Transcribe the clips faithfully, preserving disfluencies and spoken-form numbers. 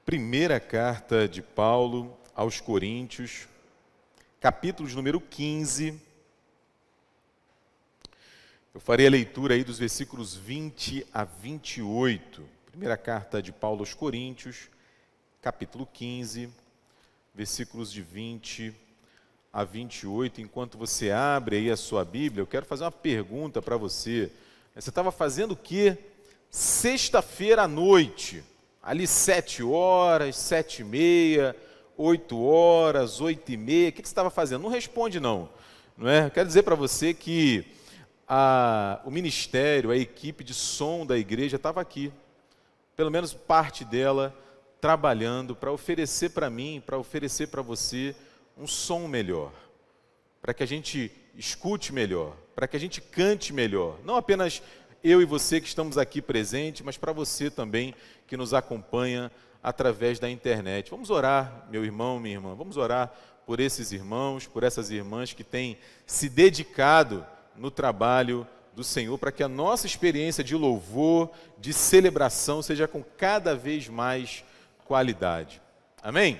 Primeira carta de Paulo aos Coríntios, capítulo número quinze. Eu farei a leitura aí dos versículos vinte a vinte e oito. Primeira carta de Paulo aos Coríntios, capítulo quinze, versículos de vinte a vinte e oito. Enquanto você abre aí a sua Bíblia, eu quero fazer uma pergunta para você. Você estava fazendo o quê? Sexta-feira à noite, ali sete horas, sete e meia, oito horas, oito e meia, o que você estava fazendo? Não responde não, não é? Eu quero dizer para você que a, o ministério, a equipe de som da igreja estava aqui, pelo menos parte dela, trabalhando para oferecer para mim, para oferecer para você um som melhor, para que a gente escute melhor, para que a gente cante melhor, não apenas eu e você que estamos aqui presentes, mas para você também que nos acompanha através da internet. Vamos orar, meu irmão, minha irmã, vamos orar por esses irmãos, por essas irmãs que têm se dedicado no trabalho do Senhor, para que a nossa experiência de louvor, de celebração, seja com cada vez mais qualidade. Amém?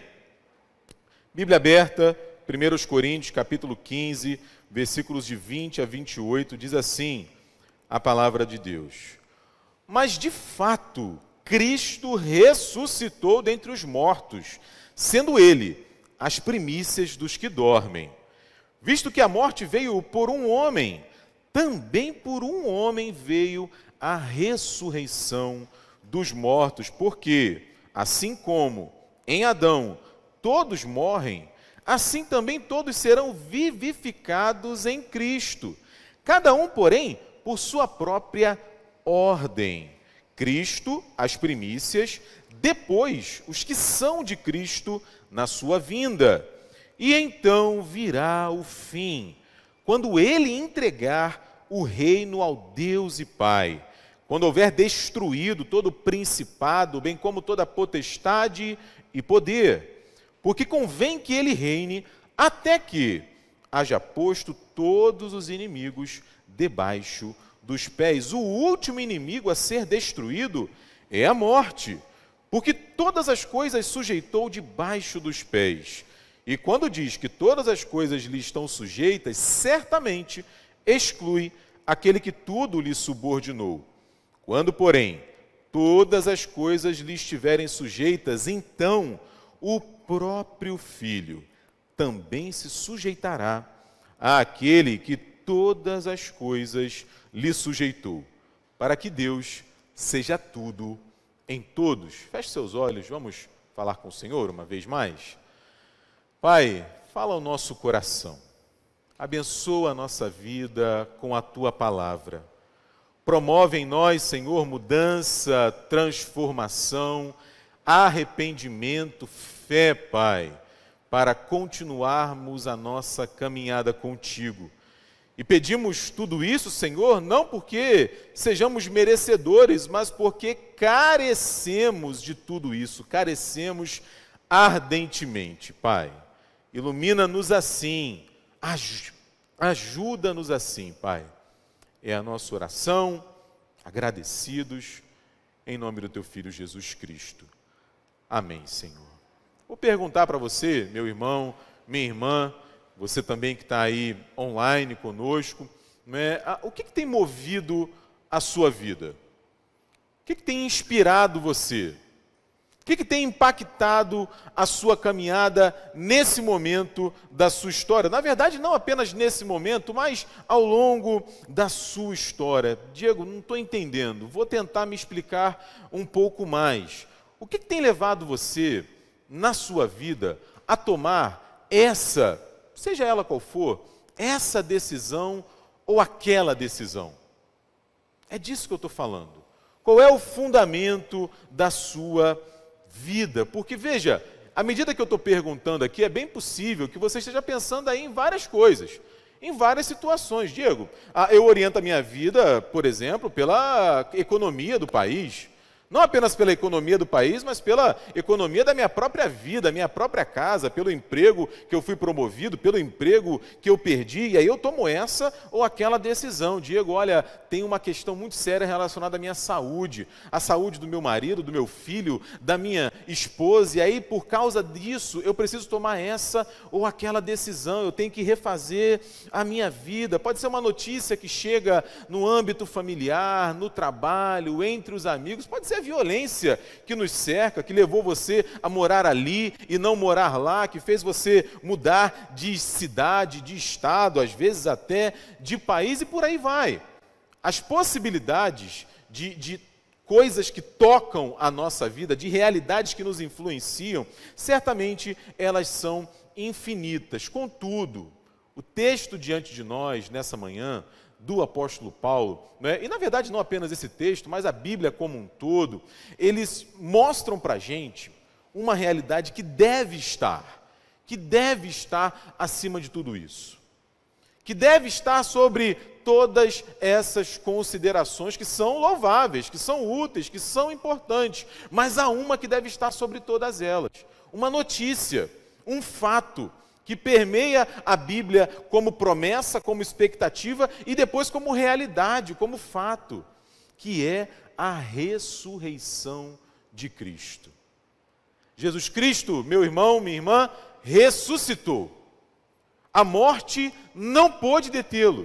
Bíblia aberta, primeira Coríntios, capítulo quinze, versículos de vinte a vinte e oito, diz assim a palavra de Deus: mas de fato, Cristo ressuscitou dentre os mortos, sendo ele as primícias dos que dormem. Visto que a morte veio por um homem, também por um homem veio a ressurreição dos mortos, porque, assim como em Adão todos morrem, assim também todos serão vivificados em Cristo. Cada um, porém, por sua própria ordem. Cristo, as primícias, depois os que são de Cristo na sua vinda. E então virá o fim, quando ele entregar o reino ao Deus e Pai, quando houver destruído todo o principado, bem como toda a potestade e poder, porque convém que ele reine até que haja posto todos os inimigos debaixo dos pés. O último inimigo a ser destruído é a morte, porque todas as coisas sujeitou debaixo dos pés. E quando diz que todas as coisas lhe estão sujeitas, certamente exclui aquele que tudo lhe subordinou. Quando, porém, todas as coisas lhe estiverem sujeitas, então o próprio Filho também se sujeitará àquele que todas as coisas lhe sujeitou, para que Deus seja tudo em todos. Feche seus olhos, vamos falar com o Senhor uma vez mais. Pai, fala ao nosso coração, abençoa a nossa vida com a Tua palavra. Promove em nós, Senhor, mudança, transformação, arrependimento, fé, Pai, para continuarmos a nossa caminhada contigo. E pedimos tudo isso, Senhor, não porque sejamos merecedores, mas porque carecemos de tudo isso, carecemos ardentemente, Pai. Ilumina-nos assim, aj- ajuda-nos assim, Pai. É a nossa oração, agradecidos, em nome do Teu Filho Jesus Cristo. Amém, Senhor. Vou perguntar para você, meu irmão, minha irmã, você também que está aí online conosco, né, o que, que tem movido a sua vida? O que, que tem inspirado você? O que, que tem impactado a sua caminhada nesse momento da sua história? Na verdade, não apenas nesse momento, mas ao longo da sua história. Diego, não estou entendendo, vou tentar me explicar um pouco mais. O que, que tem levado você, na sua vida, a tomar essa, seja ela qual for, essa decisão ou aquela decisão? É disso que eu estou falando. Qual é o fundamento da sua vida? vida, porque veja, à medida que eu estou perguntando aqui, é bem possível que você esteja pensando aí em várias coisas, em várias situações. Diego, eu oriento a minha vida, por exemplo, pela economia do país, Não apenas pela economia do país, mas pela economia da minha própria vida, minha própria casa, pelo emprego que eu fui promovido, pelo emprego que eu perdi, e aí eu tomo essa ou aquela decisão. Diego, olha, tem uma questão muito séria relacionada à minha saúde, à saúde do meu marido, do meu filho, da minha esposa, e aí por causa disso eu preciso tomar essa ou aquela decisão, eu tenho que refazer a minha vida. Pode ser uma notícia que chega no âmbito familiar, no trabalho, entre os amigos, pode ser a violência que nos cerca, que levou você a morar ali e não morar lá, que fez você mudar de cidade, de estado, às vezes até de país, e por aí vai. As possibilidades de, de coisas que tocam a nossa vida, de realidades que nos influenciam, certamente elas são infinitas. Contudo, o texto diante de nós, nessa manhã, do apóstolo Paulo, né? E na verdade não apenas esse texto, mas a Bíblia como um todo, eles mostram para a gente uma realidade que deve estar, que deve estar acima de tudo isso, que deve estar sobre todas essas considerações que são louváveis, que são úteis, que são importantes, mas há uma que deve estar sobre todas elas, uma notícia, um fato, que permeia a Bíblia como promessa, como expectativa e depois como realidade, como fato, que é a ressurreição de Cristo. Jesus Cristo, meu irmão, minha irmã, ressuscitou. A morte não pôde detê-lo.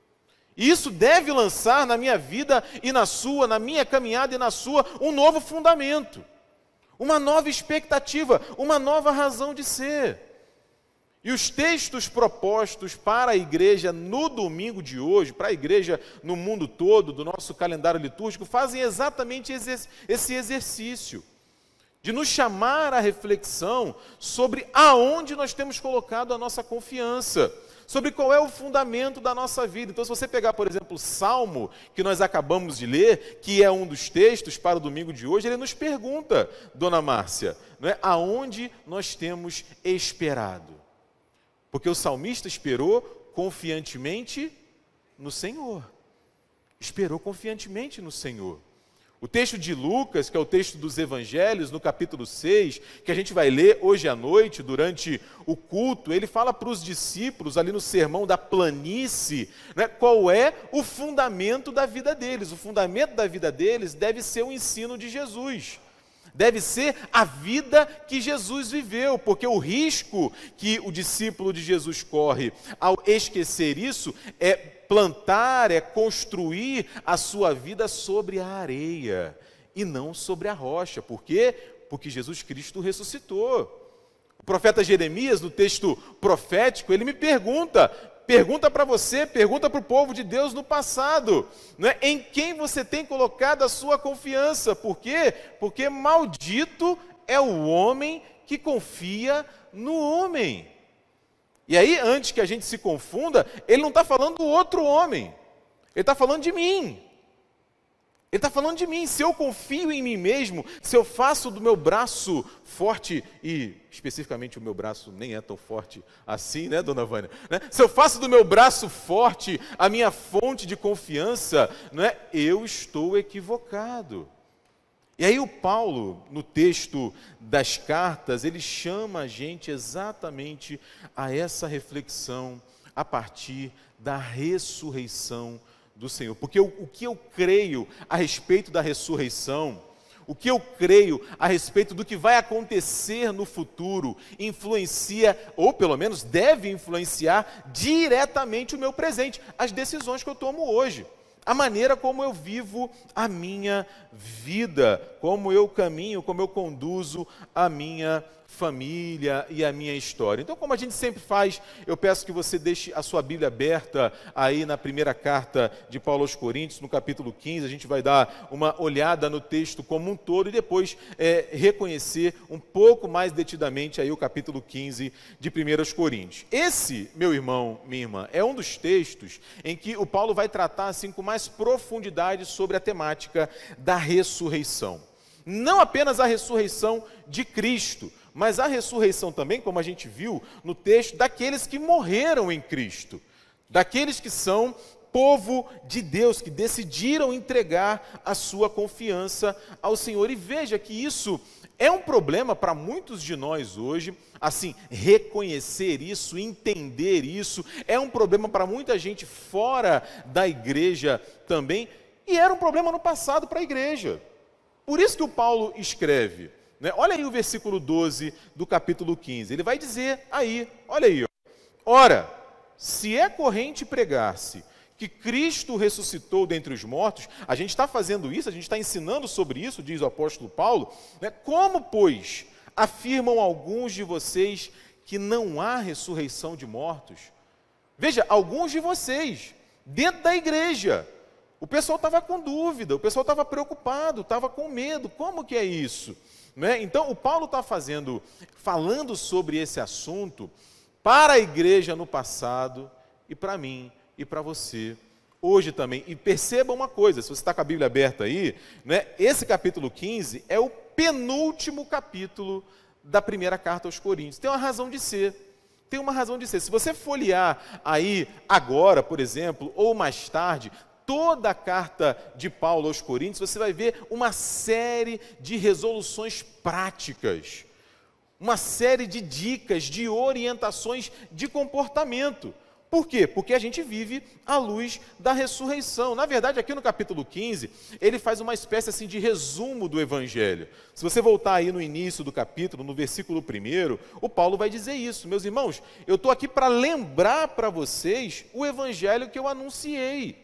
E isso deve lançar na minha vida e na sua, na minha caminhada e na sua, um novo fundamento, uma nova expectativa, uma nova razão de ser. E os textos propostos para a igreja no domingo de hoje, para a igreja no mundo todo, do nosso calendário litúrgico, fazem exatamente esse exercício, de nos chamar à reflexão sobre aonde nós temos colocado a nossa confiança, sobre qual é o fundamento da nossa vida. Então, se você pegar, por exemplo, o Salmo, que nós acabamos de ler, que é um dos textos para o domingo de hoje, ele nos pergunta, dona Márcia, não é, aonde nós temos esperado? Porque o salmista esperou confiantemente no Senhor. Esperou confiantemente no Senhor. O texto de Lucas, que é o texto dos Evangelhos, no capítulo seis, que a gente vai ler hoje à noite, durante o culto, ele fala para os discípulos, ali no sermão da planície, né, qual é o fundamento da vida deles. O fundamento da vida deles deve ser o ensino de Jesus. Deve ser a vida que Jesus viveu, porque o risco que o discípulo de Jesus corre ao esquecer isso é plantar, é construir a sua vida sobre a areia e não sobre a rocha. Por quê? Porque Jesus Cristo ressuscitou. O profeta Jeremias, no texto profético, ele me pergunta, pergunta para você, pergunta para o povo de Deus no passado, não é? Em quem você tem colocado a sua confiança? Por quê? Porque maldito é o homem que confia no homem. E aí, antes que a gente se confunda, ele não está falando do outro homem, ele está falando de mim. Ele está falando de mim. Se eu confio em mim mesmo, se eu faço do meu braço forte, e especificamente o meu braço nem é tão forte assim, né, dona Vânia? Né? Se eu faço do meu braço forte a minha fonte de confiança, não é? Eu estou equivocado. E aí o Paulo, no texto das cartas, ele chama a gente exatamente a essa reflexão a partir da ressurreição do Senhor. Porque o, o que eu creio a respeito da ressurreição, o que eu creio a respeito do que vai acontecer no futuro, influencia, ou pelo menos deve influenciar diretamente o meu presente, as decisões que eu tomo hoje, a maneira como eu vivo a minha vida, como eu caminho, como eu conduzo a minha família e a minha história. Então, como a gente sempre faz, eu peço que você deixe a sua Bíblia aberta aí na primeira carta de Paulo aos Coríntios, no capítulo quinze, a gente vai dar uma olhada no texto como um todo e depois é, reconhecer um pouco mais detidamente aí o capítulo quinze de primeira aos Coríntios. Esse, meu irmão, minha irmã, é um dos textos em que o Paulo vai tratar assim com mais profundidade sobre a temática da ressurreição. Não apenas a ressurreição de Cristo, mas a ressurreição também, como a gente viu no texto, daqueles que morreram em Cristo, daqueles que são povo de Deus que decidiram entregar a sua confiança ao Senhor. E veja que isso é um problema para muitos de nós hoje, assim, reconhecer isso, entender isso, é um problema para muita gente fora da igreja também, e era um problema no passado para a igreja. Por isso que o Paulo escreve, né? Olha aí o versículo doze do capítulo quinze, ele vai dizer aí, olha aí, ó, ora, se é corrente pregar-se que Cristo ressuscitou dentre os mortos, a gente está fazendo isso, a gente está ensinando sobre isso, diz o apóstolo Paulo, né? Como, pois, afirmam alguns de vocês que não há ressurreição de mortos? Veja, alguns de vocês, dentro da igreja, o pessoal estava com dúvida, o pessoal estava preocupado, estava com medo, como que é isso? Né? Então, o Paulo está fazendo, falando sobre esse assunto para a igreja no passado e para mim, e para você, hoje também. E perceba uma coisa, se você está com a Bíblia aberta aí, né, esse capítulo quinze é o penúltimo capítulo da primeira carta aos Coríntios. Tem uma razão de ser, tem uma razão de ser. Se você folhear aí agora, por exemplo, ou mais tarde, toda a carta de Paulo aos Coríntios, você vai ver uma série de resoluções práticas, uma série de dicas, de orientações de comportamento. Por quê? Porque a gente vive à luz da ressurreição. Na verdade, aqui no capítulo quinze, ele faz uma espécie assim de resumo do Evangelho. Se você voltar aí no início do capítulo, no versículo primeiro, o Paulo vai dizer isso. Meus irmãos, eu estou aqui para lembrar para vocês o Evangelho que eu anunciei.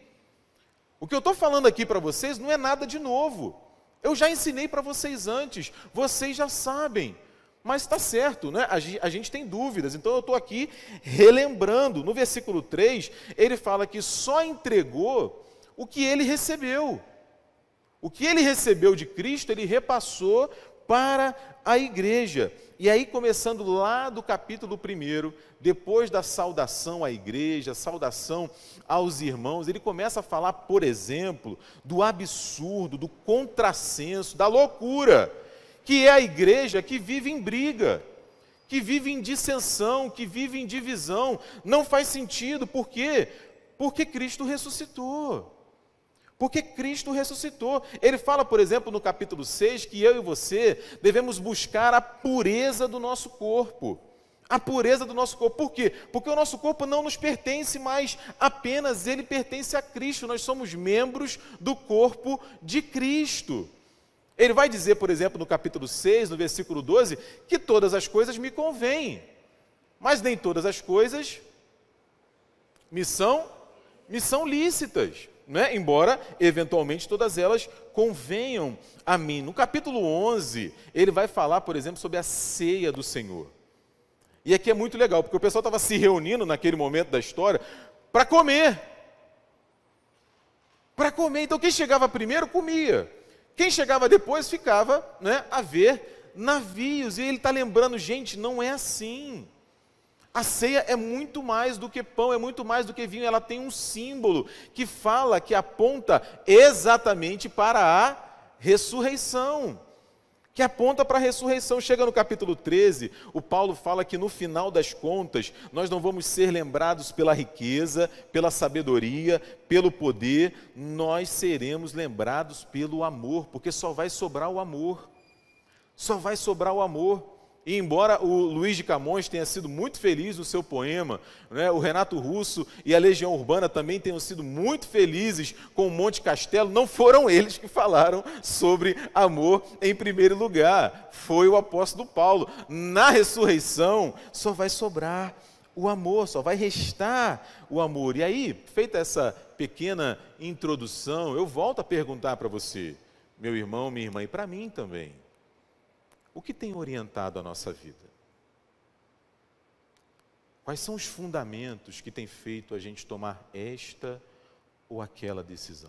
O que eu estou falando aqui para vocês não é nada de novo. Eu já ensinei para vocês antes, vocês já sabem. Mas está certo, né? A gente tem dúvidas, então eu estou aqui relembrando. No versículo três, ele fala que só entregou o que ele recebeu. O que ele recebeu de Cristo, ele repassou para a igreja. E aí, começando lá do capítulo primeiro, depois da saudação à igreja, saudação aos irmãos, ele começa a falar, por exemplo, do absurdo, do contrassenso, da loucura, que é a igreja que vive em briga, que vive em dissensão, que vive em divisão. Não faz sentido, por quê? Porque Cristo ressuscitou. Porque Cristo ressuscitou. Ele fala, por exemplo, no capítulo seis, que eu e você devemos buscar a pureza do nosso corpo. A pureza do nosso corpo. Por quê? Porque o nosso corpo não nos pertence mais apenas, ele pertence a Cristo. Nós somos membros do corpo de Cristo. Ele vai dizer, por exemplo, no capítulo seis, no versículo doze, que todas as coisas me convêm, mas nem todas as coisas me são, me são lícitas, né? Embora, eventualmente, todas elas convenham a mim. No capítulo onze, ele vai falar, por exemplo, sobre a ceia do Senhor. E aqui é muito legal, porque o pessoal estava se reunindo naquele momento da história para comer. Para comer. Então, quem chegava primeiro, comia. Quem chegava depois ficava, né, a ver navios. E ele está lembrando, gente, não é assim. A ceia é muito mais do que pão, é muito mais do que vinho. Ela tem um símbolo que fala, que aponta exatamente para a ressurreição. Que aponta para a ressurreição. Chega no capítulo treze, o Paulo fala que no final das contas, nós não vamos ser lembrados pela riqueza, pela sabedoria, pelo poder, nós seremos lembrados pelo amor, porque só vai sobrar o amor. Só vai sobrar o amor. E embora o Luiz de Camões tenha sido muito feliz no seu poema, né, o Renato Russo e a Legião Urbana também tenham sido muito felizes com o Monte Castelo, não foram eles que falaram sobre amor em primeiro lugar, foi o apóstolo Paulo. Na ressurreição só vai sobrar o amor, só vai restar o amor. E aí, feita essa pequena introdução, eu volto a perguntar para você, meu irmão, minha irmã, e para mim também. O que tem orientado a nossa vida? Quais são os fundamentos que têm feito a gente tomar esta ou aquela decisão?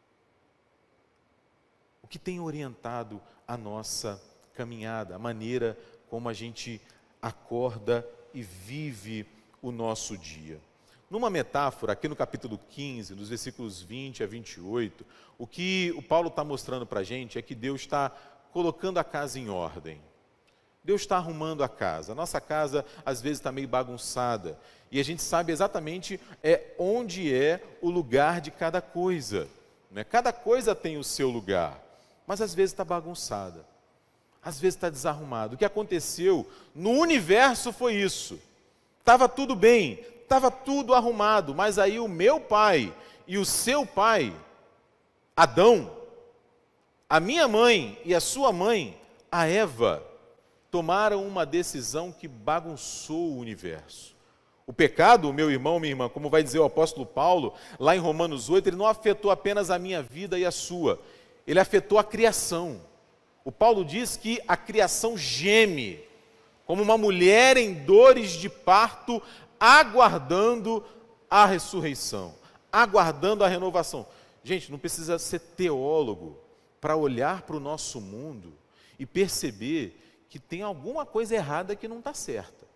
O que tem orientado a nossa caminhada, a maneira como a gente acorda e vive o nosso dia? Numa metáfora, aqui no capítulo quinze, nos versículos vinte a vinte e oito, o que o Paulo está mostrando para a gente é que Deus está colocando a casa em ordem. Deus está arrumando a casa. A nossa casa, às vezes, está meio bagunçada. E a gente sabe exatamente é, onde é o lugar de cada coisa. Né? Cada coisa tem o seu lugar. Mas, às vezes, está bagunçada. Às vezes, está desarrumado. O que aconteceu no universo foi isso. Estava tudo bem, estava tudo arrumado. Mas aí o meu pai e o seu pai, Adão, a minha mãe e a sua mãe, a Eva, tomaram uma decisão que bagunçou o universo. O pecado, meu irmão, minha irmã, como vai dizer o apóstolo Paulo, lá em Romanos oito, ele não afetou apenas a minha vida e a sua, ele afetou a criação. O Paulo diz que a criação geme, como uma mulher em dores de parto, aguardando a ressurreição, aguardando a renovação. Gente, não precisa ser teólogo para olhar para o nosso mundo e perceber que tem alguma coisa errada que não está certa.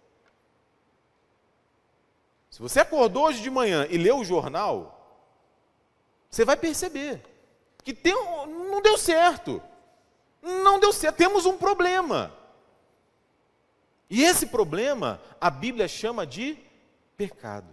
Se você acordou hoje de manhã e leu o jornal, você vai perceber que tem, não deu certo. Não deu certo, temos um problema. E esse problema, a Bíblia chama de pecado.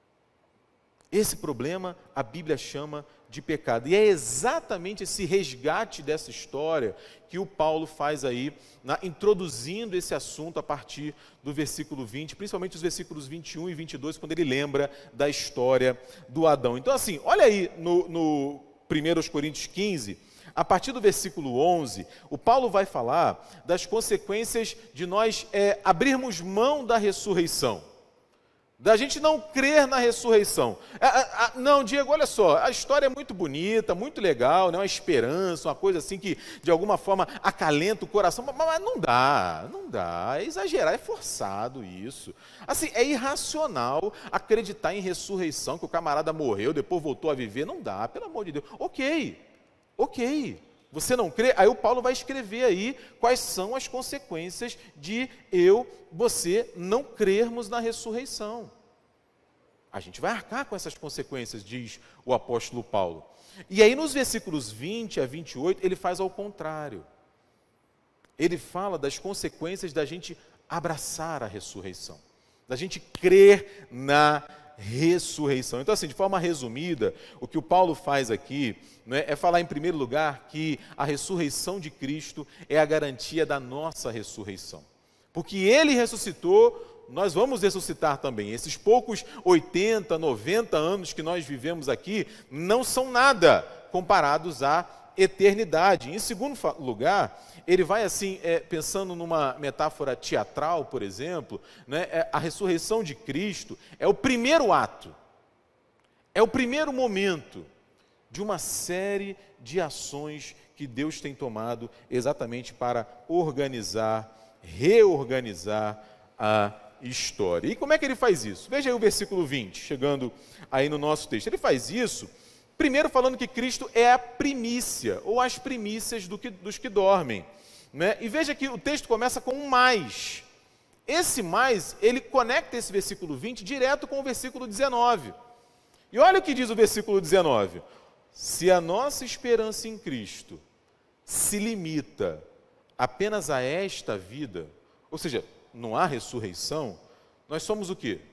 Esse problema, a Bíblia chama de pecado. E é exatamente esse resgate dessa história que o Paulo faz aí, na, introduzindo esse assunto a partir do versículo vinte, principalmente os versículos vinte e um e vinte e dois, quando ele lembra da história do Adão. Então assim, olha aí no, no primeiro Coríntios quinze, a partir do versículo onze, o Paulo vai falar das consequências de nós é, abrirmos mão da ressurreição. Da gente não crer na ressurreição. Ah, ah, não, Diego, olha só, a história é muito bonita, muito legal, né? Uma esperança, uma coisa assim que de alguma forma acalenta o coração, mas, mas não dá, não dá, é exagerar, é forçado isso. Assim, é irracional acreditar em ressurreição, que o camarada morreu, depois voltou a viver, não dá, pelo amor de Deus. Ok, ok. Você não crê? Aí o Paulo vai escrever aí quais são as consequências de eu, você, não crermos na ressurreição. A gente vai arcar com essas consequências, diz o apóstolo Paulo. E aí nos versículos vinte a vinte e oito, ele faz ao contrário. Ele fala das consequências da gente abraçar a ressurreição, da gente crer na ressurreição. ressurreição. Então assim, de forma resumida, o que o Paulo faz aqui, né, é falar em primeiro lugar que a ressurreição de Cristo é a garantia da nossa ressurreição. Porque Ele ressuscitou, nós vamos ressuscitar também. Esses poucos oitenta, noventa anos que nós vivemos aqui não são nada comparados à eternidade. Em segundo lugar, ele vai assim, é, pensando numa metáfora teatral, por exemplo, né, é, a ressurreição de Cristo é o primeiro ato, é o primeiro momento de uma série de ações que Deus tem tomado exatamente para organizar, reorganizar a história. E como é que ele faz isso? Veja aí o versículo vinte, chegando aí no nosso texto. Ele faz isso primeiro falando que Cristo é a primícia, ou as primícias do que, dos que dormem. Né? E veja que o texto começa com um mais. Esse mais, ele conecta esse versículo vinte direto com o versículo dezenove. E olha o que diz o versículo dezenove. Se a nossa esperança em Cristo se limita apenas a esta vida, ou seja, não há ressurreição, nós somos o quê?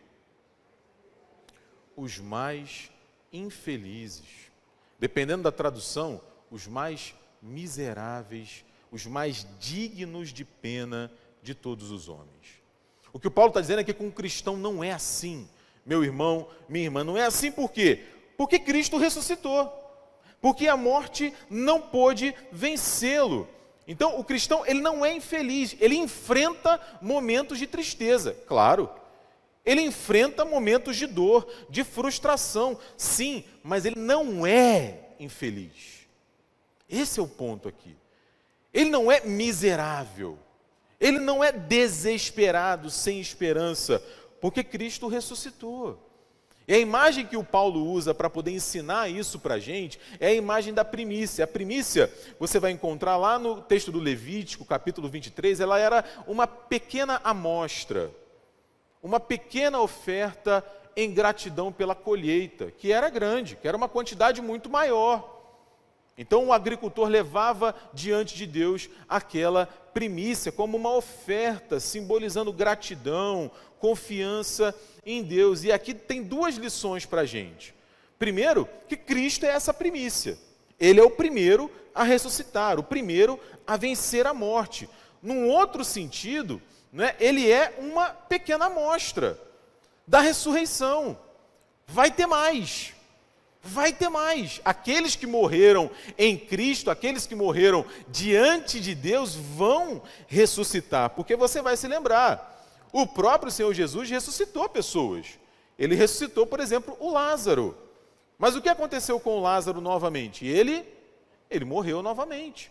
Os mais infelizes, dependendo da tradução, os mais miseráveis, os mais dignos de pena de todos os homens. O que o Paulo está dizendo é que com o cristão não é assim, meu irmão, minha irmã, não é assim por quê? Porque Cristo ressuscitou, porque a morte não pôde vencê-lo. Então o cristão, ele não é infeliz, ele enfrenta momentos de tristeza, claro. Ele enfrenta momentos de dor, de frustração, sim, mas ele não é infeliz. Esse é o ponto aqui. Ele não é miserável, ele não é desesperado, sem esperança, porque Cristo ressuscitou. E a imagem que o Paulo usa para poder ensinar isso para a gente é a imagem da primícia. A primícia, você vai encontrar lá no texto do Levítico, capítulo vinte e três, ela era uma pequena amostra, uma pequena oferta em gratidão pela colheita, que era grande, que era uma quantidade muito maior. Então o agricultor levava diante de Deus aquela primícia como uma oferta, simbolizando gratidão, confiança em Deus. E aqui tem duas lições para a gente. Primeiro, que Cristo é essa primícia. Ele é o primeiro a ressuscitar, o primeiro a vencer a morte. Num outro sentido, né, ele é uma pequena amostra da ressurreição. Vai ter mais. Vai ter mais. Aqueles que morreram em Cristo, aqueles que morreram diante de Deus, vão ressuscitar. Porque você vai se lembrar, o próprio Senhor Jesus ressuscitou pessoas. Ele ressuscitou, por exemplo, o Lázaro. Mas o que aconteceu com o Lázaro novamente? Ele, ele morreu novamente.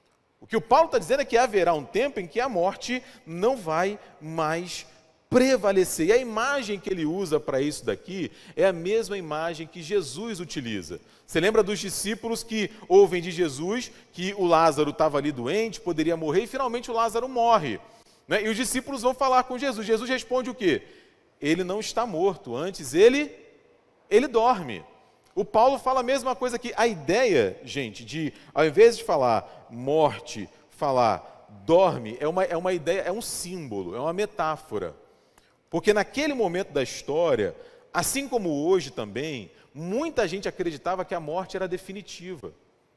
O que o Paulo está dizendo é que haverá um tempo em que a morte não vai mais prevalecer. E a imagem que ele usa para isso daqui é a mesma imagem que Jesus utiliza. Você lembra dos discípulos que ouvem de Jesus que o Lázaro estava ali doente, poderia morrer, e finalmente o Lázaro morre, né? E os discípulos vão falar com Jesus. Jesus responde o quê? Ele não está morto, antes ele, ele dorme. O Paulo fala a mesma coisa aqui. A ideia, gente, de ao invés de falar morte, falar dorme, é uma, é uma ideia, é um símbolo, é uma metáfora. Porque naquele momento da história, assim como hoje também, muita gente acreditava que a morte era definitiva.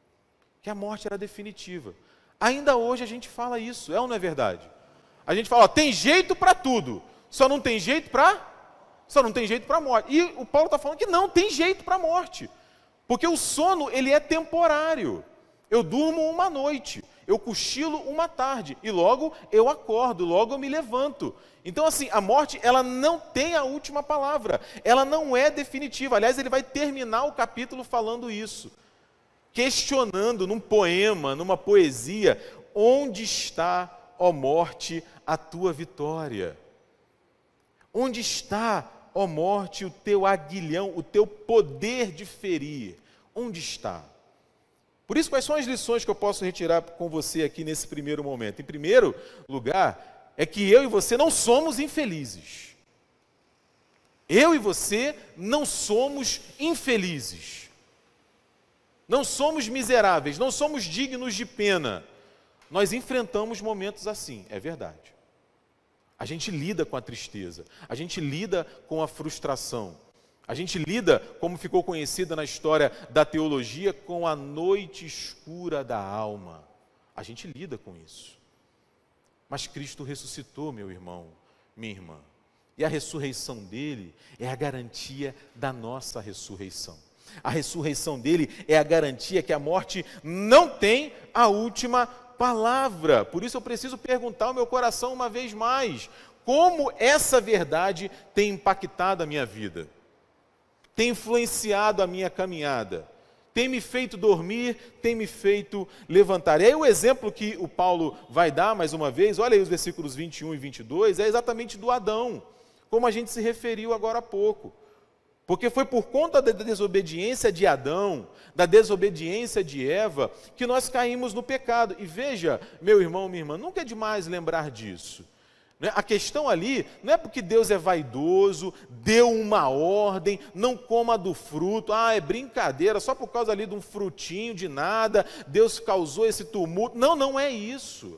Que a morte era definitiva. Ainda hoje a gente fala isso, é ou não é verdade? A gente fala, ó, tem jeito para tudo, só não tem jeito para só não tem jeito para a morte. E o Paulo está falando que não tem jeito para a morte. Porque o sono, ele é temporário. Eu durmo uma noite, eu cochilo uma tarde, e logo eu acordo, logo eu me levanto. Então, assim, a morte, ela não tem a última palavra, ela não é definitiva. Aliás, ele vai terminar o capítulo falando isso, questionando num poema, numa poesia, onde está, ó morte, a tua vitória? Onde está, ó morte, o teu aguilhão, o teu poder de ferir? Onde está? Por isso, quais são as lições que eu posso retirar com você aqui nesse primeiro momento? Em primeiro lugar, é que eu e você não somos infelizes. Eu e você não somos infelizes. Não somos miseráveis, não somos dignos de pena. Nós enfrentamos momentos assim, é verdade. A gente lida com a tristeza, a gente lida com a frustração. A gente lida, como ficou conhecida na história da teologia, com a noite escura da alma. A gente lida com isso. Mas Cristo ressuscitou, meu irmão, minha irmã. E a ressurreição dele é a garantia da nossa ressurreição. A ressurreição dele é a garantia que a morte não tem a última palavra. Por isso eu preciso perguntar ao meu coração uma vez mais, como essa verdade tem impactado a minha vida? Tem influenciado a minha caminhada, tem me feito dormir, tem me feito levantar. E aí o exemplo que o Paulo vai dar mais uma vez, olha aí os versículos vinte e um e vinte e dois, é exatamente do Adão, como a gente se referiu agora há pouco. Porque foi por conta da desobediência de Adão, da desobediência de Eva, que nós caímos no pecado. E veja, meu irmão, minha irmã, nunca é demais lembrar disso. A questão ali não é porque Deus é vaidoso, deu uma ordem, não coma do fruto, ah, é brincadeira, só por causa ali de um frutinho de nada, Deus causou esse tumulto. Não, não é isso.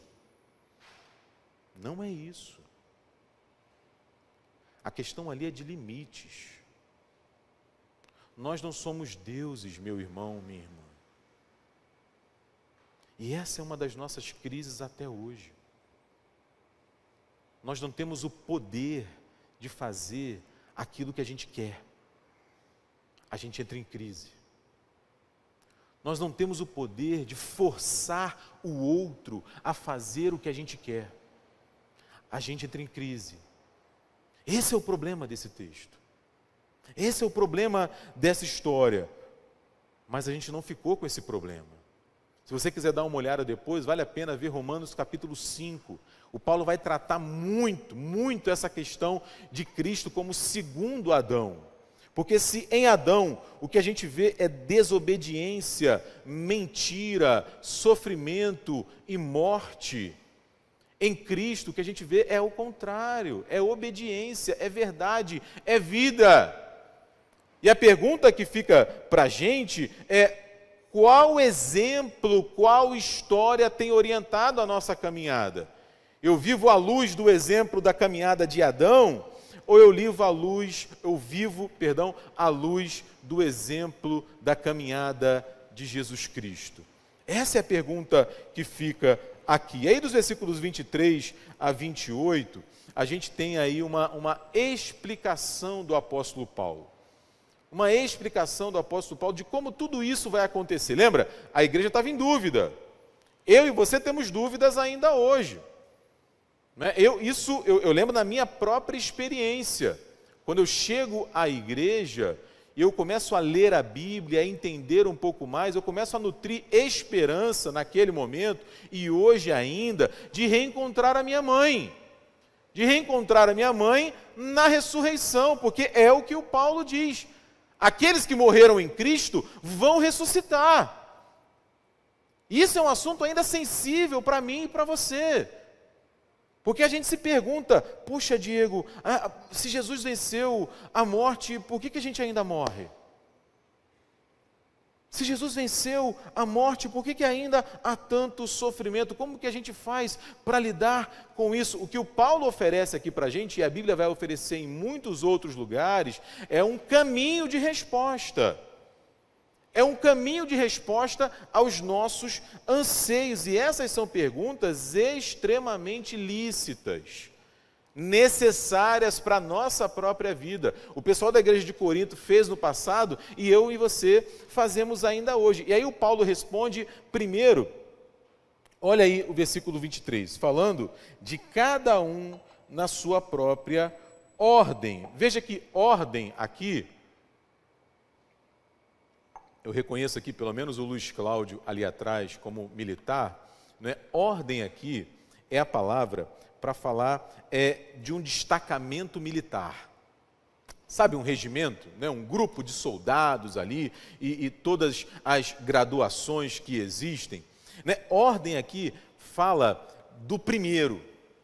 Não é isso. A questão ali é de limites. Nós não somos deuses, meu irmão, minha irmã. E essa é uma das nossas crises até hoje. Nós não temos o poder de fazer aquilo que a gente quer. A gente entra em crise. Nós não temos o poder de forçar o outro a fazer o que a gente quer. A gente entra em crise. Esse é o problema desse texto. Esse é o problema dessa história. Mas a gente não ficou com esse problema. Se você quiser dar uma olhada depois, vale a pena ver Romanos capítulo cinco. O Paulo vai tratar muito, muito essa questão de Cristo como segundo Adão. Porque se em Adão o que a gente vê é desobediência, mentira, sofrimento e morte, em Cristo o que a gente vê é o contrário, é obediência, é verdade, é vida. E a pergunta que fica para a gente é, qual exemplo, qual história tem orientado a nossa caminhada? Eu vivo à luz do exemplo da caminhada de Adão, ou eu vivo à luz, eu vivo, perdão, à luz do exemplo da caminhada de Jesus Cristo? Essa é a pergunta que fica aqui. E aí dos versículos vinte e três a vinte e oito, a gente tem aí uma, uma explicação do apóstolo Paulo. Uma explicação do apóstolo Paulo de como tudo isso vai acontecer. Lembra? A igreja estava em dúvida. Eu e você temos dúvidas ainda hoje. Eu, isso, eu, eu lembro na minha própria experiência. Quando eu chego à igreja e eu começo a ler a Bíblia, a entender um pouco mais, eu começo a nutrir esperança naquele momento, e hoje ainda, de reencontrar a minha mãe. De reencontrar a minha mãe na ressurreição, porque é o que o Paulo diz. Aqueles que morreram em Cristo vão ressuscitar. Isso é um assunto ainda sensível para mim e para você. Porque a gente se pergunta, puxa, Diego, ah, se Jesus venceu a morte, por que, que a gente ainda morre? Se Jesus venceu a morte, por que, que ainda há tanto sofrimento? Como que a gente faz para lidar com isso? O que o Paulo oferece aqui para a gente, e a Bíblia vai oferecer em muitos outros lugares, é um caminho de resposta. É um caminho de resposta aos nossos anseios. E essas são perguntas extremamente lícitas, necessárias para a nossa própria vida. O pessoal da igreja de Corinto fez no passado e eu e você fazemos ainda hoje. E aí o Paulo responde primeiro, olha aí o versículo vinte e três, falando de cada um na sua própria ordem. Veja que ordem aqui, eu reconheço aqui pelo menos o Luiz Cláudio ali atrás como militar, né? Ordem aqui é a palavra para falar é, de um destacamento militar. Sabe, um regimento, né? Um grupo de soldados ali e, e todas as graduações que existem. Né? Ordem aqui fala do primeiro,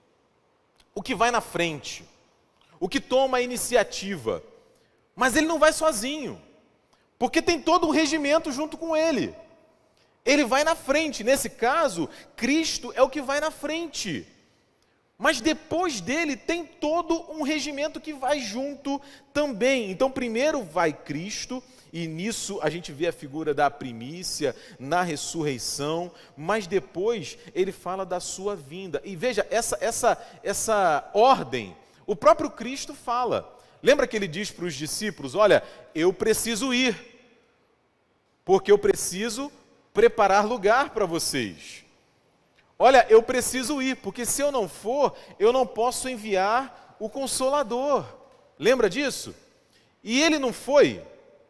o que vai na frente, o que toma a iniciativa. Mas ele não vai sozinho, porque tem todo um regimento junto com ele. Ele vai na frente, nesse caso, Cristo é o que vai na frente. Mas depois dele tem todo um regimento que vai junto também. Então primeiro vai Cristo, e nisso a gente vê a figura da primícia na ressurreição, mas depois ele fala da sua vinda. E veja, essa, essa, essa ordem, o próprio Cristo fala. Lembra que ele diz para os discípulos, olha, eu preciso ir, porque eu preciso preparar lugar para vocês. Olha, eu preciso ir, porque se eu não for, eu não posso enviar o Consolador. Lembra disso? E ele não foi?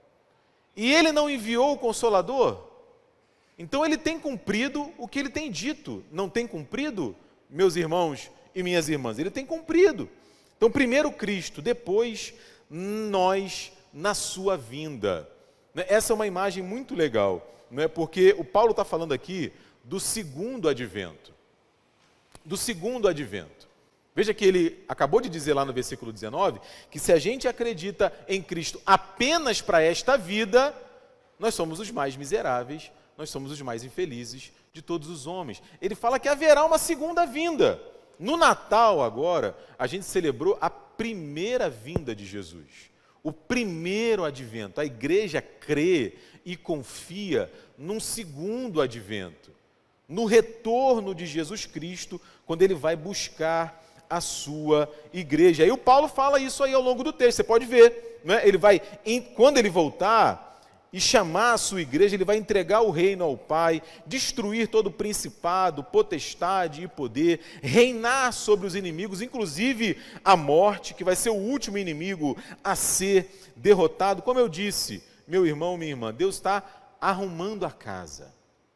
E ele não enviou o Consolador? Então ele tem cumprido o que ele tem dito. Não tem cumprido, meus irmãos e minhas irmãs? Ele tem cumprido. Então primeiro Cristo, depois nós na sua vinda. Essa é uma imagem muito legal, não é? Porque o Paulo está falando aqui do segundo advento, do segundo advento. Veja que ele acabou de dizer lá no versículo dezenove, que se a gente acredita em Cristo apenas para esta vida, nós somos os mais miseráveis, nós somos os mais infelizes de todos os homens. Ele fala que haverá uma segunda vinda. No Natal agora, a gente celebrou a primeira vinda de Jesus, o primeiro advento. A igreja crê e confia num segundo advento, no retorno de Jesus Cristo, quando ele vai buscar a sua igreja. Aí o Paulo fala isso aí ao longo do texto, você pode ver, né? Ele vai, quando ele voltar e chamar a sua igreja, ele vai entregar o reino ao Pai, destruir todo o principado, potestade e poder, reinar sobre os inimigos, inclusive a morte, que vai ser o último inimigo a ser derrotado. Como eu disse, meu irmão, minha irmã, Deus está arrumando a casa.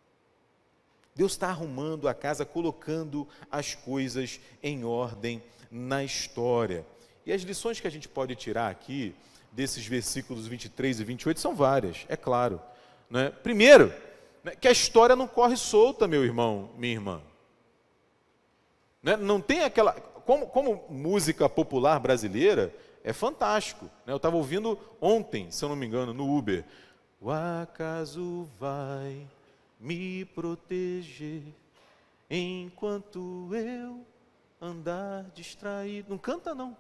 Deus está arrumando a casa, colocando as coisas em ordem na história. E as lições que a gente pode tirar aqui, desses versículos vinte e três e vinte e oito, são várias, é claro. Né? Primeiro, né, que a história não corre solta, meu irmão, minha irmã. Né? Não tem aquela... Como, como música popular brasileira, é fantástico. Né? Eu estava ouvindo ontem, se eu não me engano, no Uber, o acaso vai me proteger enquanto eu andar distraído. Não canta não.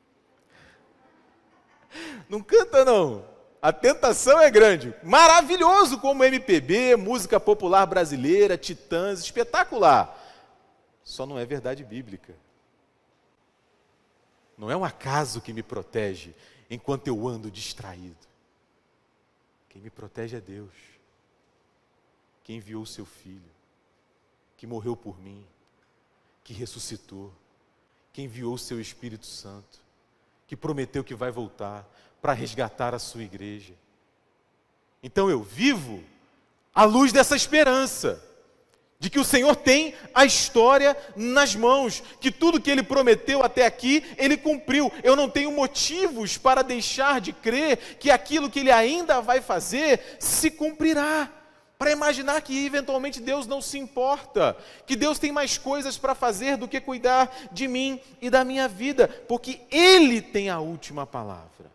Não canta não. A tentação é grande. Maravilhoso como M P B, música popular brasileira, Titãs, espetacular. Só não é verdade bíblica. Não é um acaso que me protege enquanto eu ando distraído. Quem me protege é Deus. Que enviou o seu Filho, que morreu por mim, que ressuscitou, que enviou o seu Espírito Santo, que prometeu que vai voltar para resgatar a sua igreja. Então eu vivo à luz dessa esperança, de que o Senhor tem a história nas mãos, que tudo que Ele prometeu até aqui, Ele cumpriu. Eu não tenho motivos para deixar de crer que aquilo que Ele ainda vai fazer se cumprirá, para imaginar que eventualmente Deus não se importa, que Deus tem mais coisas para fazer do que cuidar de mim e da minha vida, porque Ele tem a última palavra.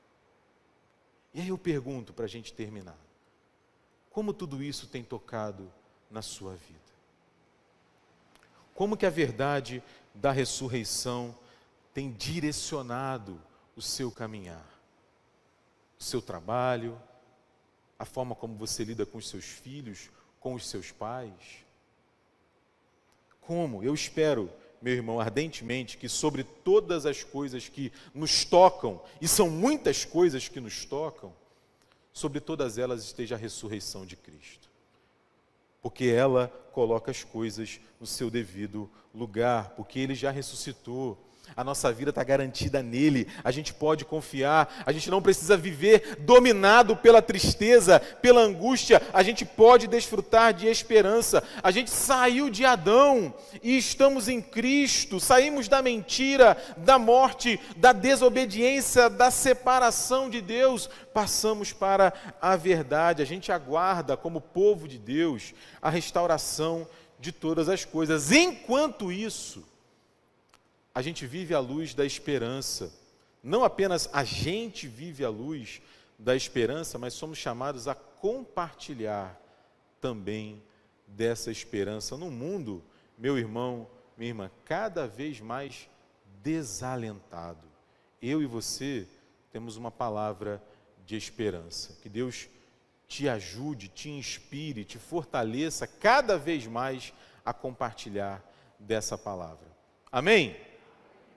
E aí eu pergunto para a gente terminar, como tudo isso tem tocado na sua vida? Como que a verdade da ressurreição tem direcionado o seu caminhar? O seu trabalho, a forma como você lida com os seus filhos, com os seus pais? Como? Eu espero, meu irmão, ardentemente, que sobre todas as coisas que nos tocam, e são muitas coisas que nos tocam, sobre todas elas esteja a ressurreição de Cristo. Porque ela coloca as coisas no seu devido lugar, porque Ele já ressuscitou. A nossa vida está garantida nele, a gente pode confiar, a gente não precisa viver dominado pela tristeza, pela angústia, a gente pode desfrutar de esperança. A gente saiu de Adão e estamos em Cristo, saímos da mentira, da morte, da desobediência, da separação de Deus, passamos para a verdade. A gente aguarda, como povo de Deus, a restauração de todas as coisas. Enquanto isso, a gente vive à luz da esperança. Não apenas a gente vive à luz da esperança, mas somos chamados a compartilhar também dessa esperança num mundo, meu irmão, minha irmã, cada vez mais desalentado. Eu e você temos uma palavra de esperança. Que Deus te ajude, te inspire, te fortaleça cada vez mais a compartilhar dessa palavra. Amém?